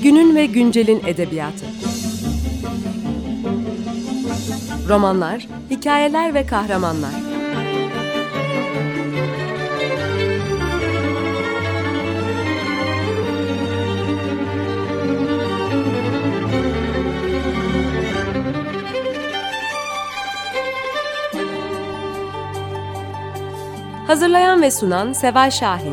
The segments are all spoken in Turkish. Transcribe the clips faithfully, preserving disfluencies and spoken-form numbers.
Günün ve güncelin edebiyatı. Romanlar, hikayeler ve kahramanlar. Hazırlayan ve sunan Seval Şahin.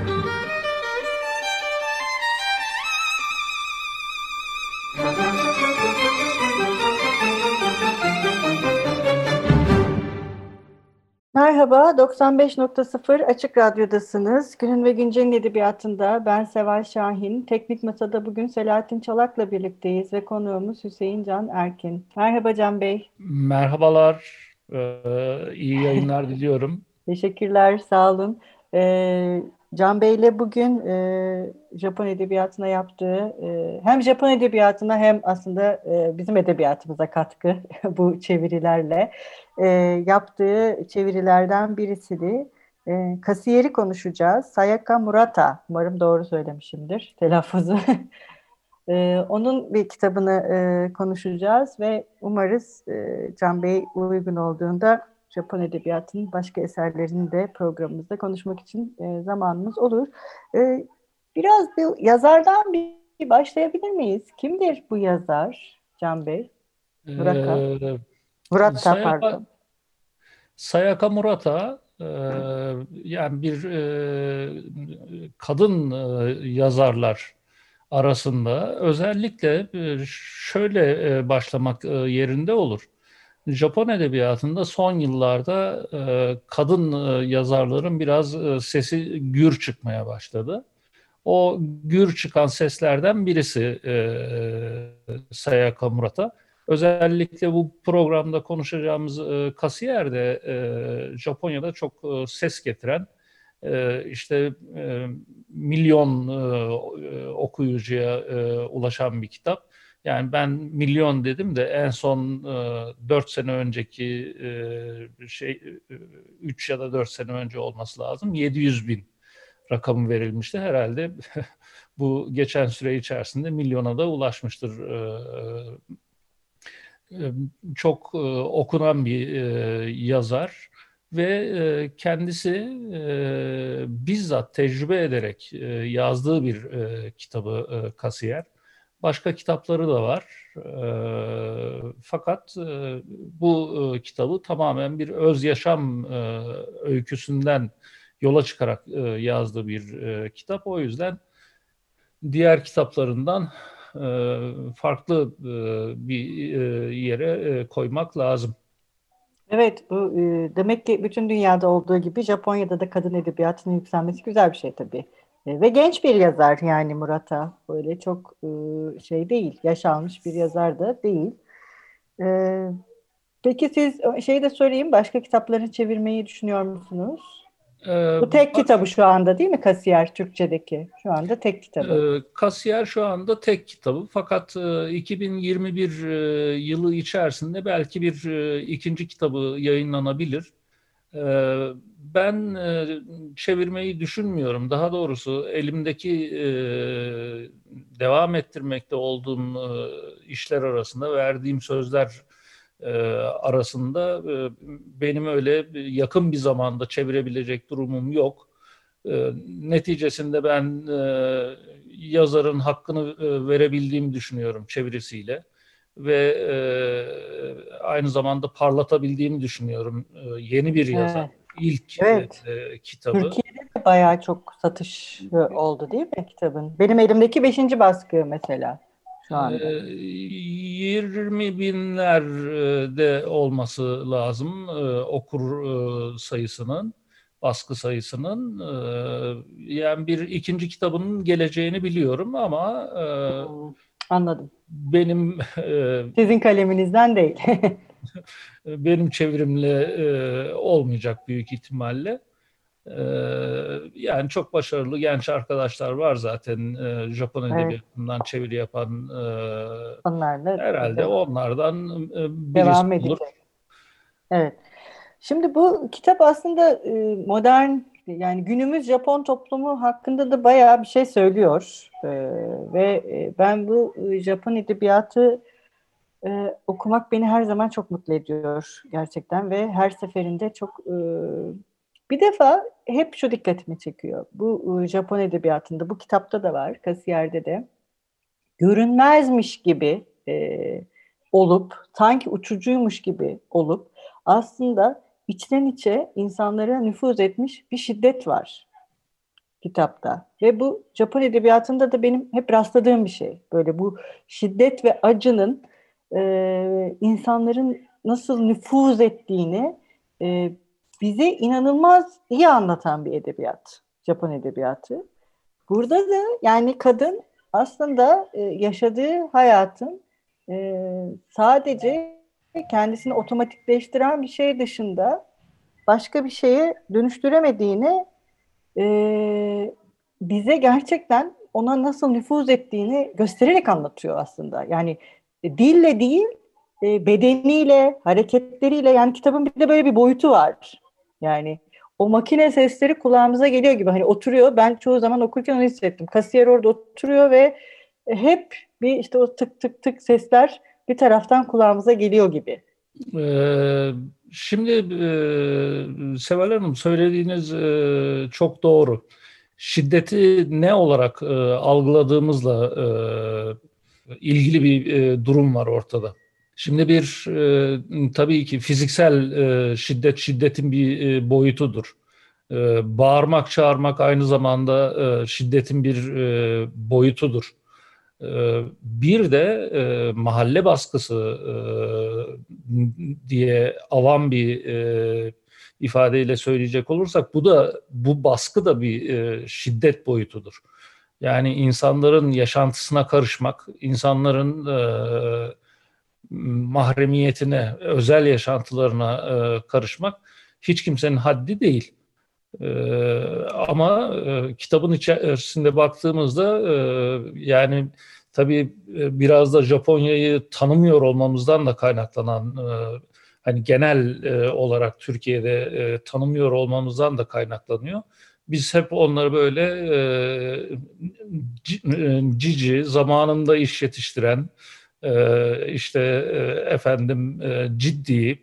Merhaba, doksan beş nokta sıfır Açık Radyo'dasınız. Günün ve Güncel'in edebiyatında ben Seval Şahin. Teknik Masa'da bugün Selahattin Çolak'la birlikteyiz ve konuğumuz Hüseyin Can Erkin. Merhaba Can Bey. Merhabalar, ee, iyi yayınlar diliyorum. Teşekkürler, sağ olun. Ee, Can Bey'le bugün e, Japon edebiyatına yaptığı, e, hem Japon edebiyatına hem aslında e, bizim edebiyatımıza katkı bu çevirilerle e, yaptığı çevirilerden birisiydi. E, Kasiyeri konuşacağız. Sayaka Murata, umarım doğru söylemişimdir telaffuzu. E, onun bir kitabını e, konuşacağız ve umarız e, Can Bey uygun olduğunda Japon edebiyatının başka eserlerini de programımızda konuşmak için e, zamanımız olur. E, biraz bir yazardan bir, bir başlayabilir miyiz? Kimdir bu yazar Can Bey? Muraka. Ee, Murata Sayaka, pardon. Sayaka Murata, e, yani bir e, kadın e, yazarlar arasında özellikle e, şöyle e, başlamak e, yerinde olur. Japon edebiyatında son yıllarda e, kadın e, yazarların biraz e, sesi gür çıkmaya başladı. O gür çıkan seslerden birisi e, Sayaka Murata. Özellikle bu programda konuşacağımız e, Kasiyer de e, Japonya'da çok e, ses getiren, e, işte e, milyon e, okuyucuya e, ulaşan bir kitap. Yani ben milyon dedim de en son e, dört sene önceki e, şey e, üç ya da dört sene önce olması lazım. yedi yüz bin rakamı verilmişti. Herhalde bu geçen süre içerisinde milyona da ulaşmıştır. Çok okunan bir yazar ve kendisi bizzat tecrübe ederek yazdığı bir kitabı Kasiyer. Başka kitapları da var. Fakat bu kitabı tamamen bir öz yaşam öyküsünden yola çıkarak yazdığı bir kitap. O yüzden diğer kitaplarından farklı bir yere koymak lazım. Evet, bu e, demek ki bütün dünyada olduğu gibi Japonya'da da kadın edebiyatının yükselmesi güzel bir şey tabii. E, ve genç bir yazar yani Murata. Böyle çok e, şey değil, yaş almış bir yazar da değil. E, peki siz şeyi de sorayım, başka kitapları çevirmeyi düşünüyor musunuz? E, Bu tek kitabı şu anda değil mi Kasiyer Türkçedeki? Şu anda tek kitabı. E, Kasiyer şu anda tek kitabı, fakat e, iki bin yirmi bir e, yılı içerisinde belki bir e, ikinci kitabı yayınlanabilir. E, ben e, çevirmeyi düşünmüyorum. Daha doğrusu elimdeki e, devam ettirmekte olduğum e, işler arasında verdiğim sözler e, arasında e, benim öyle yakın bir zamanda çevirebilecek durumum yok. E, neticesinde ben e, yazarın hakkını e, verebildiğimi düşünüyorum çevirisiyle ve e, aynı zamanda parlatabildiğimi düşünüyorum. E, yeni bir yazar, Evet. ilk e, Evet. e, kitabı. Türkiye'de de bayağı çok satış e, oldu değil mi kitabın? Benim elimdeki beşinci baskı mesela şu anda. E, yirmi binlerde olması lazım e, okur e, sayısının, baskı sayısının. E, yani bir ikinci kitabının geleceğini biliyorum ama e, Hmm, anladım. benim e, Sizin kaleminizden değil. benim çevirimle e, olmayacak büyük ihtimalle. E, yani çok başarılı genç arkadaşlar var zaten e, Japon Evet, edebiyatından çeviri yapan. E, onlarla herhalde de- onlardan e, birisi devam olur. edecek. Evet. Şimdi bu kitap aslında e, modern yani günümüz Japon toplumu hakkında da bayağı bir şey söylüyor. Ee, ve e, ben bu e, Japon edebiyatı e, okumak beni her zaman çok mutlu ediyor gerçekten ve her seferinde çok e, bir defa hep şu dikkatimi çekiyor. Bu e, Japon edebiyatında, bu kitapta da var, Kasiyer'de de görünmezmiş gibi e, olup, sanki uçucuymuş gibi olup aslında içten içe insanlara nüfuz etmiş bir şiddet var kitapta. Ve bu Japon edebiyatında da benim hep rastladığım bir şey. Böyle bu şiddet ve acının e, insanların nasıl nüfuz ettiğini e, bize inanılmaz iyi anlatan bir edebiyat. Japon edebiyatı. Burada da yani kadın aslında e, yaşadığı hayatın e, sadece kendisini otomatikleştiren bir şey dışında başka bir şeye dönüştüremediğini e, bize gerçekten ona nasıl nüfuz ettiğini göstererek anlatıyor aslında. Yani e, dille değil, e, bedeniyle, hareketleriyle, yani kitabın bir de böyle bir boyutu var. Yani o makine sesleri kulağımıza geliyor gibi. Hani oturuyor. Ben çoğu zaman okurken onu hissettim. Kasiyer orada oturuyor ve hep bir işte o tık tık tık sesler bir taraftan kulağımıza geliyor gibi. Ee, şimdi e, Seval Hanım, söylediğiniz e, çok doğru. Şiddeti ne olarak e, algıladığımızla e, ilgili bir e, durum var ortada. Şimdi bir e, tabii ki fiziksel e, şiddet şiddetin bir e, boyutudur. E, bağırmak, çağırmak aynı zamanda e, şiddetin bir e, boyutudur. Ee, Bir de e, mahalle baskısı e, diye avam bir e, ifadeyle söyleyecek olursak, bu da bu baskı da bir e, şiddet boyutudur. Yani insanların yaşantısına karışmak, insanların e, mahremiyetine, özel yaşantılarına e, karışmak hiç kimsenin haddi değil. Ee, ama e, kitabın içerisinde baktığımızda e, yani tabii e, biraz da Japonya'yı tanımıyor olmamızdan da kaynaklanan, e, hani genel e, olarak Türkiye'de e, tanımıyor olmamızdan da kaynaklanıyor. Biz hep onları böyle e, ci- e, cici, zamanında iş yetiştiren, e, işte e, efendim e, ciddi,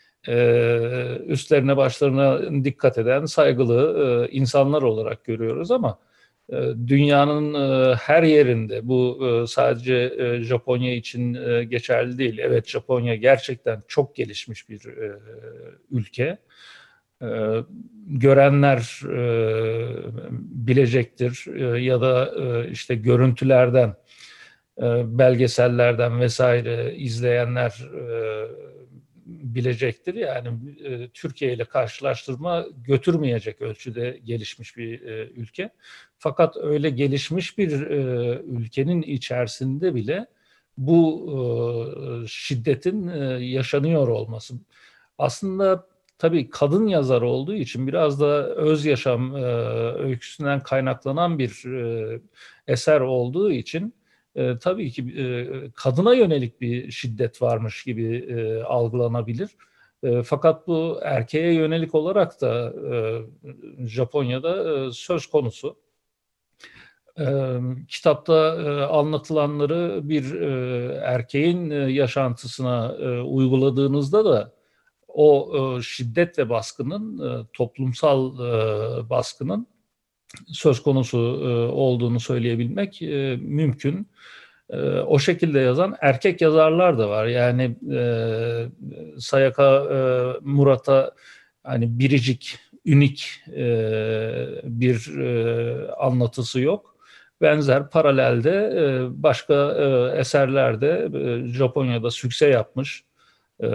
e, üstlerine başlarına dikkat eden saygılı e, insanlar olarak görüyoruz, ama e, dünyanın e, her yerinde bu e, sadece e, Japonya için e, geçerli değil. Evet, Japonya gerçekten çok gelişmiş bir e, ülke. E, Görenler e, bilecektir, e, ya da e, işte görüntülerden, e, belgesellerden vesaire izleyenler e, bilecektir. Yani e, Türkiye ile karşılaştırma götürmeyecek ölçüde gelişmiş bir e, ülke. Fakat öyle gelişmiş bir e, ülkenin içerisinde bile bu e, şiddetin e, yaşanıyor olması. Aslında tabii kadın yazar olduğu için biraz da öz yaşam e, öyküsünden kaynaklanan bir e, eser olduğu için e, tabii ki e, kadına yönelik bir şiddet varmış gibi e, algılanabilir. E, fakat bu erkeğe yönelik olarak da e, Japonya'da e, söz konusu. E, Kitapta e, anlatılanları bir e, erkeğin e, yaşantısına e, uyguladığınızda da o e, şiddet ve baskının, e, toplumsal e, baskının söz konusu e, olduğunu söyleyebilmek e, mümkün. E, o şekilde yazan erkek yazarlar da var. Yani e, Sayaka e, Murata hani biricik, ünik e, bir e, anlatısı yok. Benzer paralelde e, başka e, eserlerde e, Japonya'da sükse yapmış, e,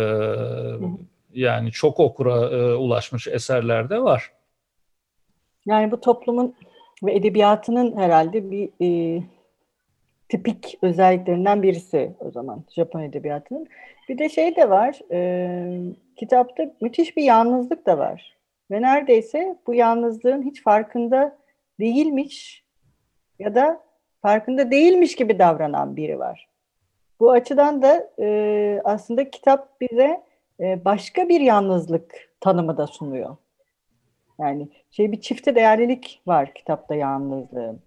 yani çok okura e, ulaşmış eserler de var. Yani bu toplumun ve edebiyatının herhalde bir e, tipik özelliklerinden birisi o zaman Japon edebiyatının. Bir de şey de var, e, kitapta müthiş bir yalnızlık da var. Ve neredeyse bu yalnızlığın hiç farkında değilmiş ya da farkında değilmiş gibi davranan biri var. Bu açıdan da e, aslında kitap bize e, başka bir yalnızlık tanımı da sunuyor. Yani şey bir çifte değerlilik var kitapta yalnızlığın.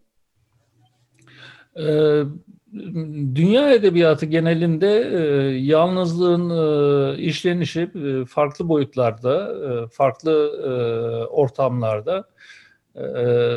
Ee, Dünya edebiyatı genelinde e, yalnızlığın e, işlenişi e, farklı boyutlarda, e, farklı e, ortamlarda e, e,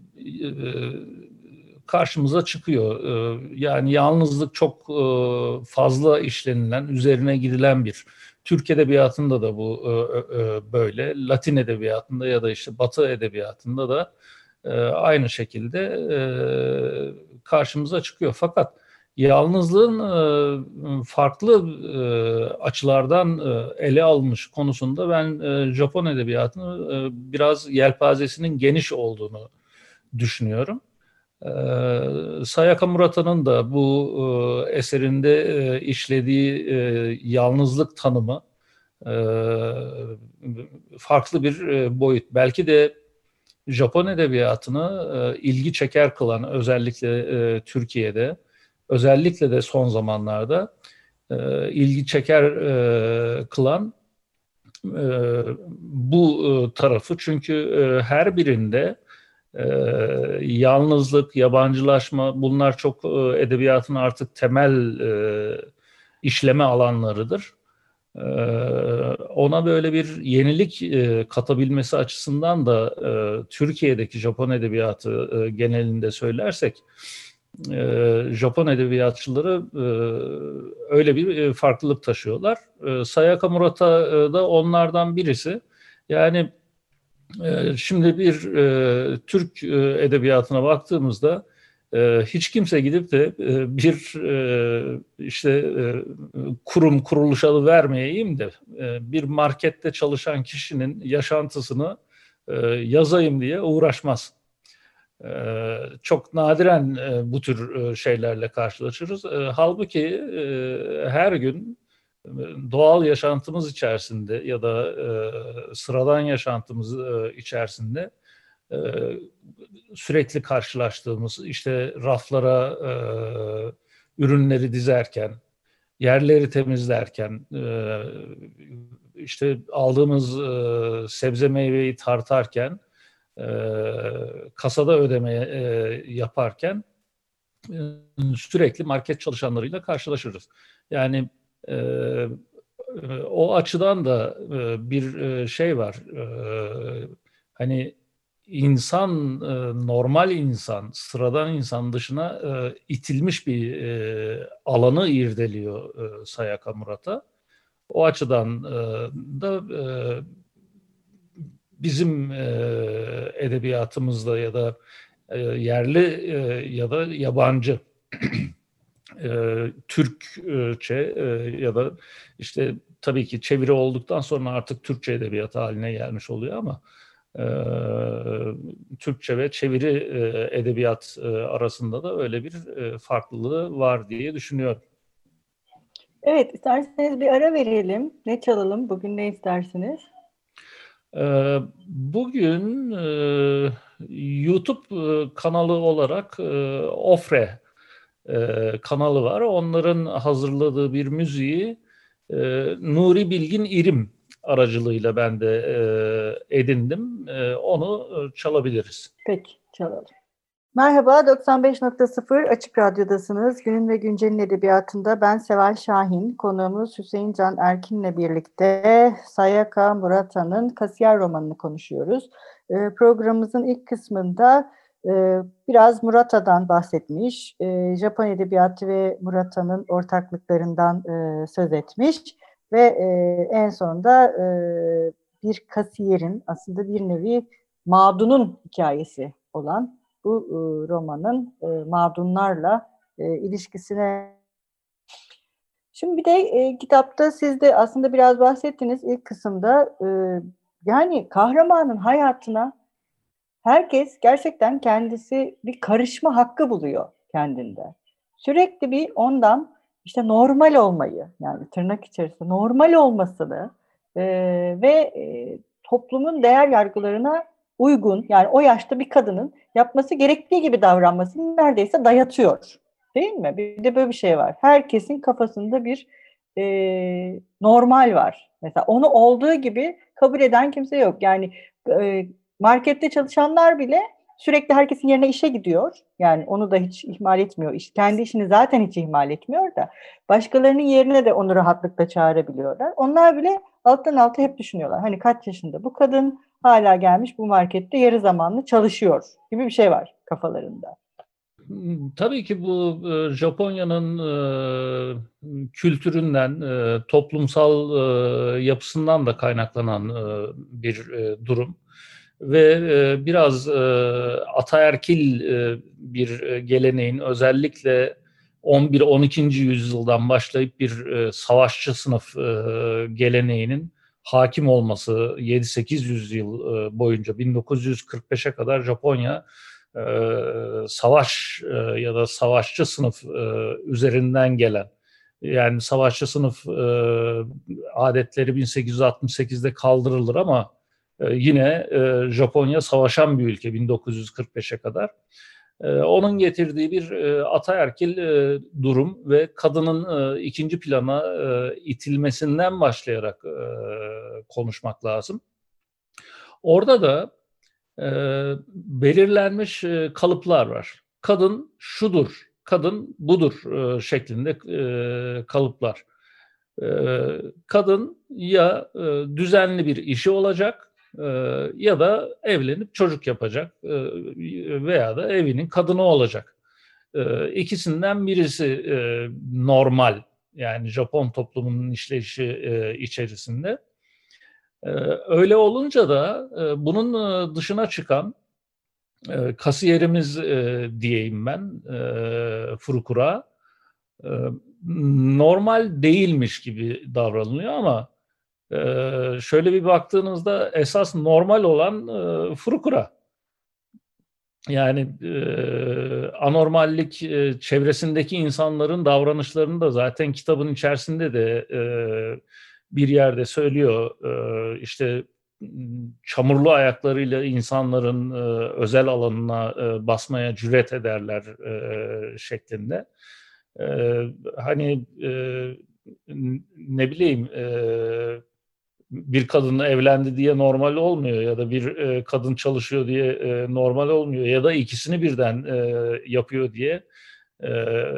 karşımıza çıkıyor. E, yani yalnızlık çok e, fazla işlenilen, üzerine gidilen bir. Türk edebiyatında da bu e, e, böyle, Latin edebiyatında ya da işte Batı edebiyatında da e, aynı şekilde e, karşımıza çıkıyor. Fakat yalnızlığın e, farklı e, açılardan e, ele alınmış konusunda ben e, Japon edebiyatını e, biraz yelpazesinin geniş olduğunu düşünüyorum. E, Sayaka Murata'nın da bu e, eserinde e, işlediği e, yalnızlık tanımı e, farklı bir e, boyut. Belki de Japon edebiyatını e, ilgi çeker kılan, özellikle e, Türkiye'de, özellikle de son zamanlarda e, ilgi çeker e, kılan e, bu e, tarafı. Çünkü e, her birinde e, yalnızlık, yabancılaşma, bunlar çok e, edebiyatın artık temel e, işleme alanlarıdır. Ee, ona böyle bir yenilik e, katabilmesi açısından da e, Türkiye'deki Japon edebiyatı e, genelinde söylersek e, Japon edebiyatçıları e, öyle bir e, farklılık taşıyorlar. E, Sayaka Murata e, da onlardan birisi. Yani e, şimdi bir e, Türk e, edebiyatına baktığımızda e, hiç kimse gidip de e, bir e, işte e, kurum kuruluş adı vermeyeyim de e, bir markette çalışan kişinin yaşantısını e, yazayım diye uğraşmaz. E, çok nadiren e, bu tür e, şeylerle karşılaşırız. E, halbuki e, her gün e, doğal yaşantımız içerisinde ya da e, sıradan yaşantımız e, içerisinde e, sürekli karşılaştığımız, işte raflara e, ürünleri dizerken, yerleri temizlerken, e, işte aldığımız e, sebze meyveyi tartarken, e, kasada ödeme e, yaparken e, sürekli market çalışanlarıyla karşılaşırız. Yani e, e, o açıdan da e, bir e, şey var. E, hani insan, e, normal insan, sıradan insan dışına e, itilmiş bir e, alanı irdeliyor e, Sayaka Murata. O açıdan e, da e, bizim e, edebiyatımızda ya da e, yerli e, ya da yabancı e, Türkçe e, ya da işte tabii ki çeviri olduktan sonra artık Türkçe edebiyatı haline gelmiş oluyor ama e, Türkçe ve çeviri e, edebiyat e, arasında da öyle bir e, farklılığı var diye düşünüyorum. Evet, isterseniz bir ara verelim. Ne çalalım? Bugün ne istersiniz? Ee, Bugün e, YouTube e, kanalı olarak e, Ofre e, kanalı var. Onların hazırladığı bir müziği e, Nuri Bilgin İrim aracılığıyla ben de e, edindim. E, onu e, çalabiliriz. Peki, çalalım. Merhaba, doksan beş nokta sıfır Açık Radyo'dasınız. Günün ve Güncel'in edebiyatında ben Seval Şahin, konuğumuz Hüseyin Can Erkin'le birlikte Sayaka Murata'nın Kasiyer romanını konuşuyoruz. E, programımızın ilk kısmında e, biraz Murata'dan bahsetmiş, e, Japon edebiyatı ve Murata'nın ortaklıklarından e, söz etmiş ve e, en sonunda e, bir kasiyerin, aslında bir nevi mağdunun hikayesi olan bu e, romanın e, mağdunlarla e, ilişkisine. Şimdi bir de e, kitapta siz de aslında biraz bahsettiniz ilk kısımda. E, yani kahramanın hayatına herkes gerçekten kendisi bir karışma hakkı buluyor kendinde. Sürekli bir ondan işte normal olmayı, yani tırnak içerisinde normal olmasını e, ve e, toplumun değer yargılarına uygun, yani o yaşta bir kadının yapması gerektiği gibi davranmasını neredeyse dayatıyor. Değil mi? Bir de böyle bir şey var. Herkesin kafasında bir e, normal var. Mesela onu olduğu gibi kabul eden kimse yok. Yani e, markette çalışanlar bile sürekli herkesin yerine işe gidiyor. Yani onu da hiç ihmal etmiyor. İş, kendi işini zaten hiç ihmal etmiyor da başkalarının yerine de onu rahatlıkla çağırabiliyorlar. Onlar bile alttan alta hep düşünüyorlar. Hani kaç yaşında bu kadın hala gelmiş bu markette yarı zamanlı çalışıyor gibi bir şey var kafalarında. Tabii ki bu e, Japonya'nın e, kültüründen, e, toplumsal e, yapısından da kaynaklanan e, bir e, durum ve e, biraz e, ataerkil e, bir e, geleneğin özellikle on bir on ikinci yüzyıldan başlayıp bir e, savaşçı sınıf e, geleneğinin hakim olması yedi sekiz yüz yıl e, boyunca bin dokuz yüz kırk beşe kadar Japonya Ee, savaş e, ya da savaşçı sınıf e, üzerinden gelen, yani savaşçı sınıf e, adetleri bin sekiz yüz altmış sekizde kaldırılır ama e, yine e, Japonya savaşan bir ülke bin dokuz yüz kırk beşe kadar. E, onun getirdiği bir e, ataerkil e, durum ve kadının e, ikinci plana e, itilmesinden başlayarak e, konuşmak lazım. Orada da e, belirlenmiş e, kalıplar var. Kadın şudur, kadın budur e, şeklinde e, kalıplar. E, kadın ya e, düzenli bir işi olacak e, ya da evlenip çocuk yapacak e, veya da evinin kadını olacak. E, ikisinden birisi e, normal, yani Japon toplumunun işleyişi e, içerisinde. Ee, öyle olunca da e, bunun e, dışına çıkan e, kasiyerimiz e, diyeyim ben, e, Furukura, e, normal değilmiş gibi davranılıyor ama e, şöyle bir baktığınızda esas normal olan e, Furukura. Yani e, anormallik e, çevresindeki insanların davranışlarını da zaten kitabın içerisinde de e, bir yerde söylüyor. E, işte çamurlu ayaklarıyla insanların e, özel alanına e, basmaya cüret ederler e, şeklinde. E, hani e, ne bileyim e, bir kadınla evlendi diye normal olmuyor ya da bir e, kadın çalışıyor diye e, normal olmuyor ya da ikisini birden e, yapıyor diye e,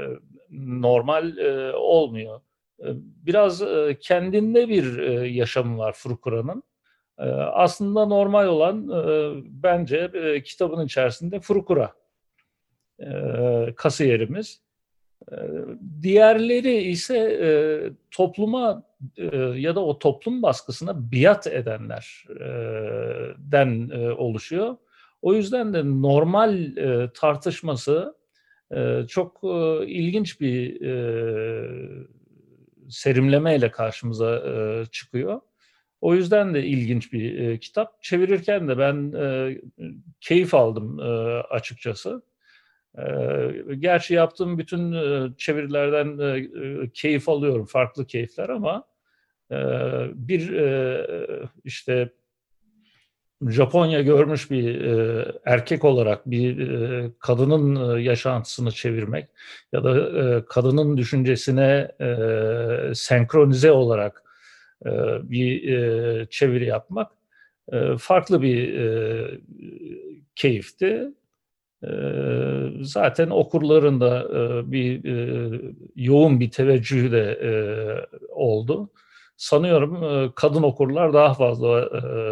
normal e, olmuyor. E, biraz e, kendinde bir e, yaşamı var Furukura'nın. E, aslında normal olan e, bence e, kitabın içerisinde Furukura, e, kasiyerimiz. Diğerleri ise e, topluma e, ya da o toplum baskısına biat edenlerden e, oluşuyor. O yüzden de normal e, tartışması e, çok e, ilginç bir e, serimlemeyle karşımıza e, çıkıyor. O yüzden de ilginç bir e, kitap. Çevirirken de ben e, keyif aldım e, açıkçası. Gerçi yaptığım bütün çevirilerden keyif alıyorum, farklı keyifler ama bir işte Japonya görmüş bir erkek olarak bir kadının yaşantısını çevirmek ya da kadının düşüncesine senkronize olarak bir çeviri yapmak farklı bir keyifti. Zaten okurların da bir yoğun bir teveccühü de oldu. Sanıyorum kadın okurlar daha fazla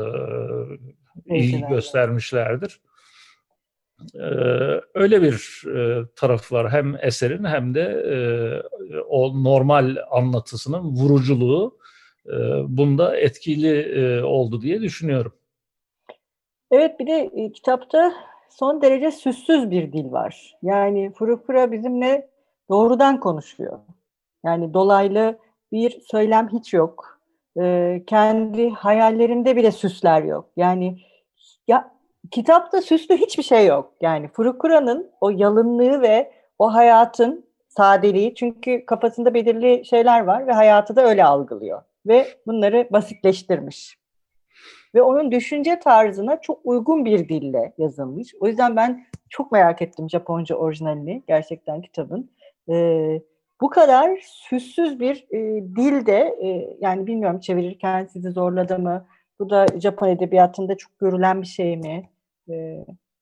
ilgi göstermişlerdir. Öyle bir tarafı var hem eserin hem de o normal anlatısının vuruculuğu bunda etkili oldu diye düşünüyorum. Evet, bir de e, kitapta son derece süssüz bir dil var. Yani Furukura bizimle doğrudan konuşuyor. Yani dolaylı bir söylem hiç yok. Ee, kendi hayallerinde bile süsler yok. Yani ya kitapta süslü hiçbir şey yok. Yani Furukura'nın o yalınlığı ve o hayatın sadeliği, çünkü kafasında belirli şeyler var ve hayatı da öyle algılıyor. Ve bunları basitleştirmiş. Ve onun düşünce tarzına çok uygun bir dille yazılmış. O yüzden ben çok merak ettim Japonca orijinalini, gerçekten kitabın. Ee, bu kadar süssüz bir e, dilde, e, yani bilmiyorum çevirirken sizi zorladı mı? Bu da Japon edebiyatında çok görülen bir şey mi? Ee,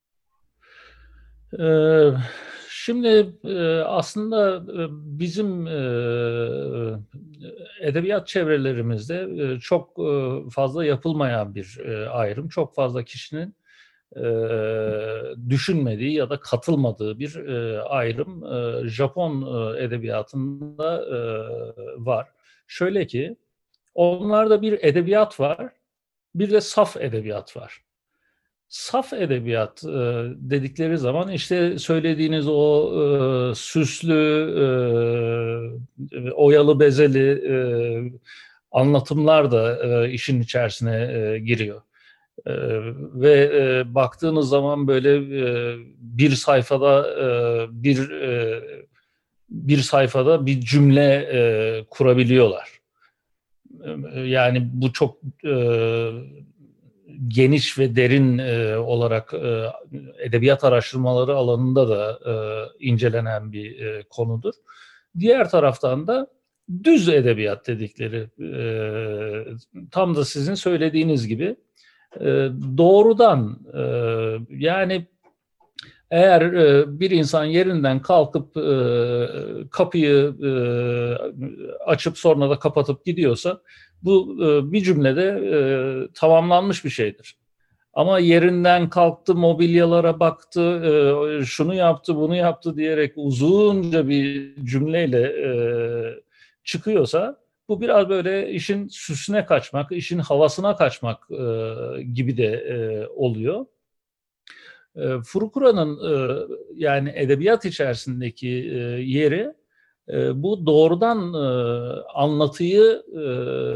Ee, Şimdi e, aslında e, bizim e, edebiyat çevrelerimizde e, çok e, fazla yapılmayan bir e, ayrım, çok fazla kişinin e, düşünmediği ya da katılmadığı bir e, ayrım e, Japon e, edebiyatında e, var. Şöyle ki, onlarda bir edebiyat var, bir de saf edebiyat var. Saf edebiyat e, dedikleri zaman işte söylediğiniz o e, süslü, e, oyalı bezeli e, anlatımlar da e, işin içerisine e, giriyor. E, ve e, baktığınız zaman böyle e, bir sayfada e, bir e, bir sayfada bir cümle e, kurabiliyorlar. E, yani bu çok e, geniş ve derin e, olarak e, edebiyat araştırmaları alanında da e, incelenen bir e, konudur. Diğer taraftan da düz edebiyat dedikleri, e, tam da sizin söylediğiniz gibi e, doğrudan, e, yani eğer e, bir insan yerinden kalkıp e, kapıyı e, açıp sonra da kapatıp gidiyorsa, bu e, bir cümlede e, tamamlanmış bir şeydir. Ama yerinden kalktı, mobilyalara baktı, e, şunu yaptı, bunu yaptı diyerek uzunca bir cümleyle e, çıkıyorsa, bu biraz böyle işin süsüne kaçmak, işin havasına kaçmak e, gibi de e, oluyor. E, Furukura'nın e, yani edebiyat içerisindeki e, yeri, e, bu doğrudan e, anlatıyı e,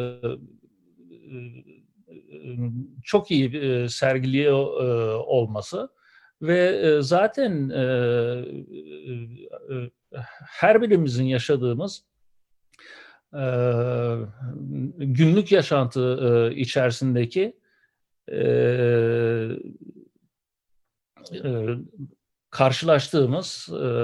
çok iyi e, sergiliyor e, olması ve e, zaten e, e, her birimizin yaşadığımız e, günlük yaşantı e, içerisindeki e, e, karşılaştığımız e,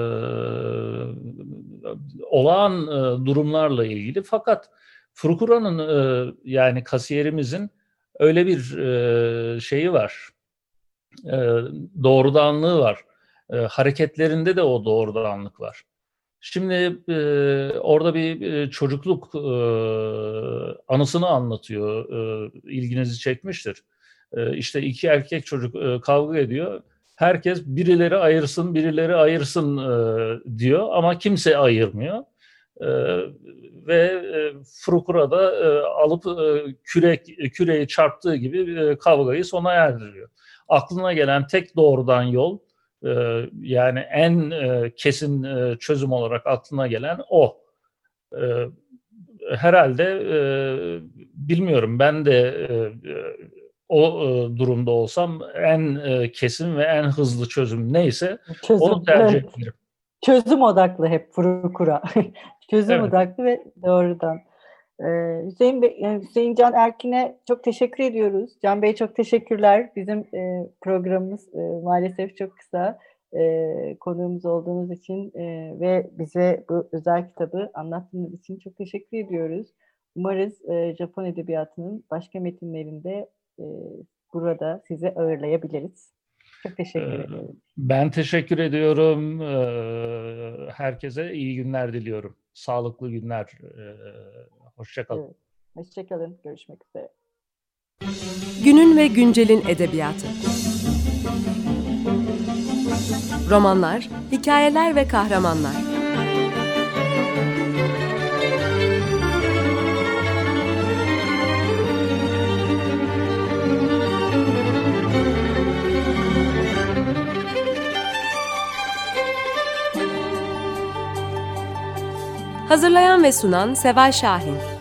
olağan e, durumlarla ilgili. Fakat Furukura'nın e, yani kasiyerimizin öyle bir e, şeyi var, e, doğrudanlığı var. E, hareketlerinde de o doğrudanlık var. Şimdi e, orada bir e, çocukluk e, anısını anlatıyor, e, ilginizi çekmiştir. E, işte iki erkek çocuk e, kavga ediyor. Herkes birileri ayırsın, birileri ayırsın e, diyor ama kimse ayırmıyor. E, ve e, Furukura da e, alıp e, kürek küreği çarptığı gibi e, kavgayı sona erdiriyor. Aklına gelen tek doğrudan yol, e, yani en e, kesin e, çözüm olarak aklına gelen o. E, herhalde e, bilmiyorum, ben de e, o e, durumda olsam en e, kesin ve en hızlı çözüm neyse çözüm, onu tercih evet. ederim. Çözüm odaklı hep Furukura. Çözüm Evet. odaklı ve doğrudan. Ee, Hüseyin Bey, yani Hüseyin Can Erkin'e çok teşekkür ediyoruz. Can Bey çok teşekkürler. Bizim e, programımız e, maalesef çok kısa. E, konuğumuz olduğunuz için e, ve bize bu özel kitabı anlattığınız için çok teşekkür ediyoruz. Umarız e, Japon edebiyatının başka metinlerinde e, burada sizi ağırlayabiliriz. Çok teşekkür Ee, ederim. Ben teşekkür ediyorum. Ee, Herkese iyi günler diliyorum. Sağlıklı günler. Ee, Hoşça kalın. Evet. Hoşçakalın. Görüşmek üzere. Günün ve güncelin edebiyatı. Romanlar, hikayeler ve kahramanlar. Hazırlayan ve sunan Seval Şahin.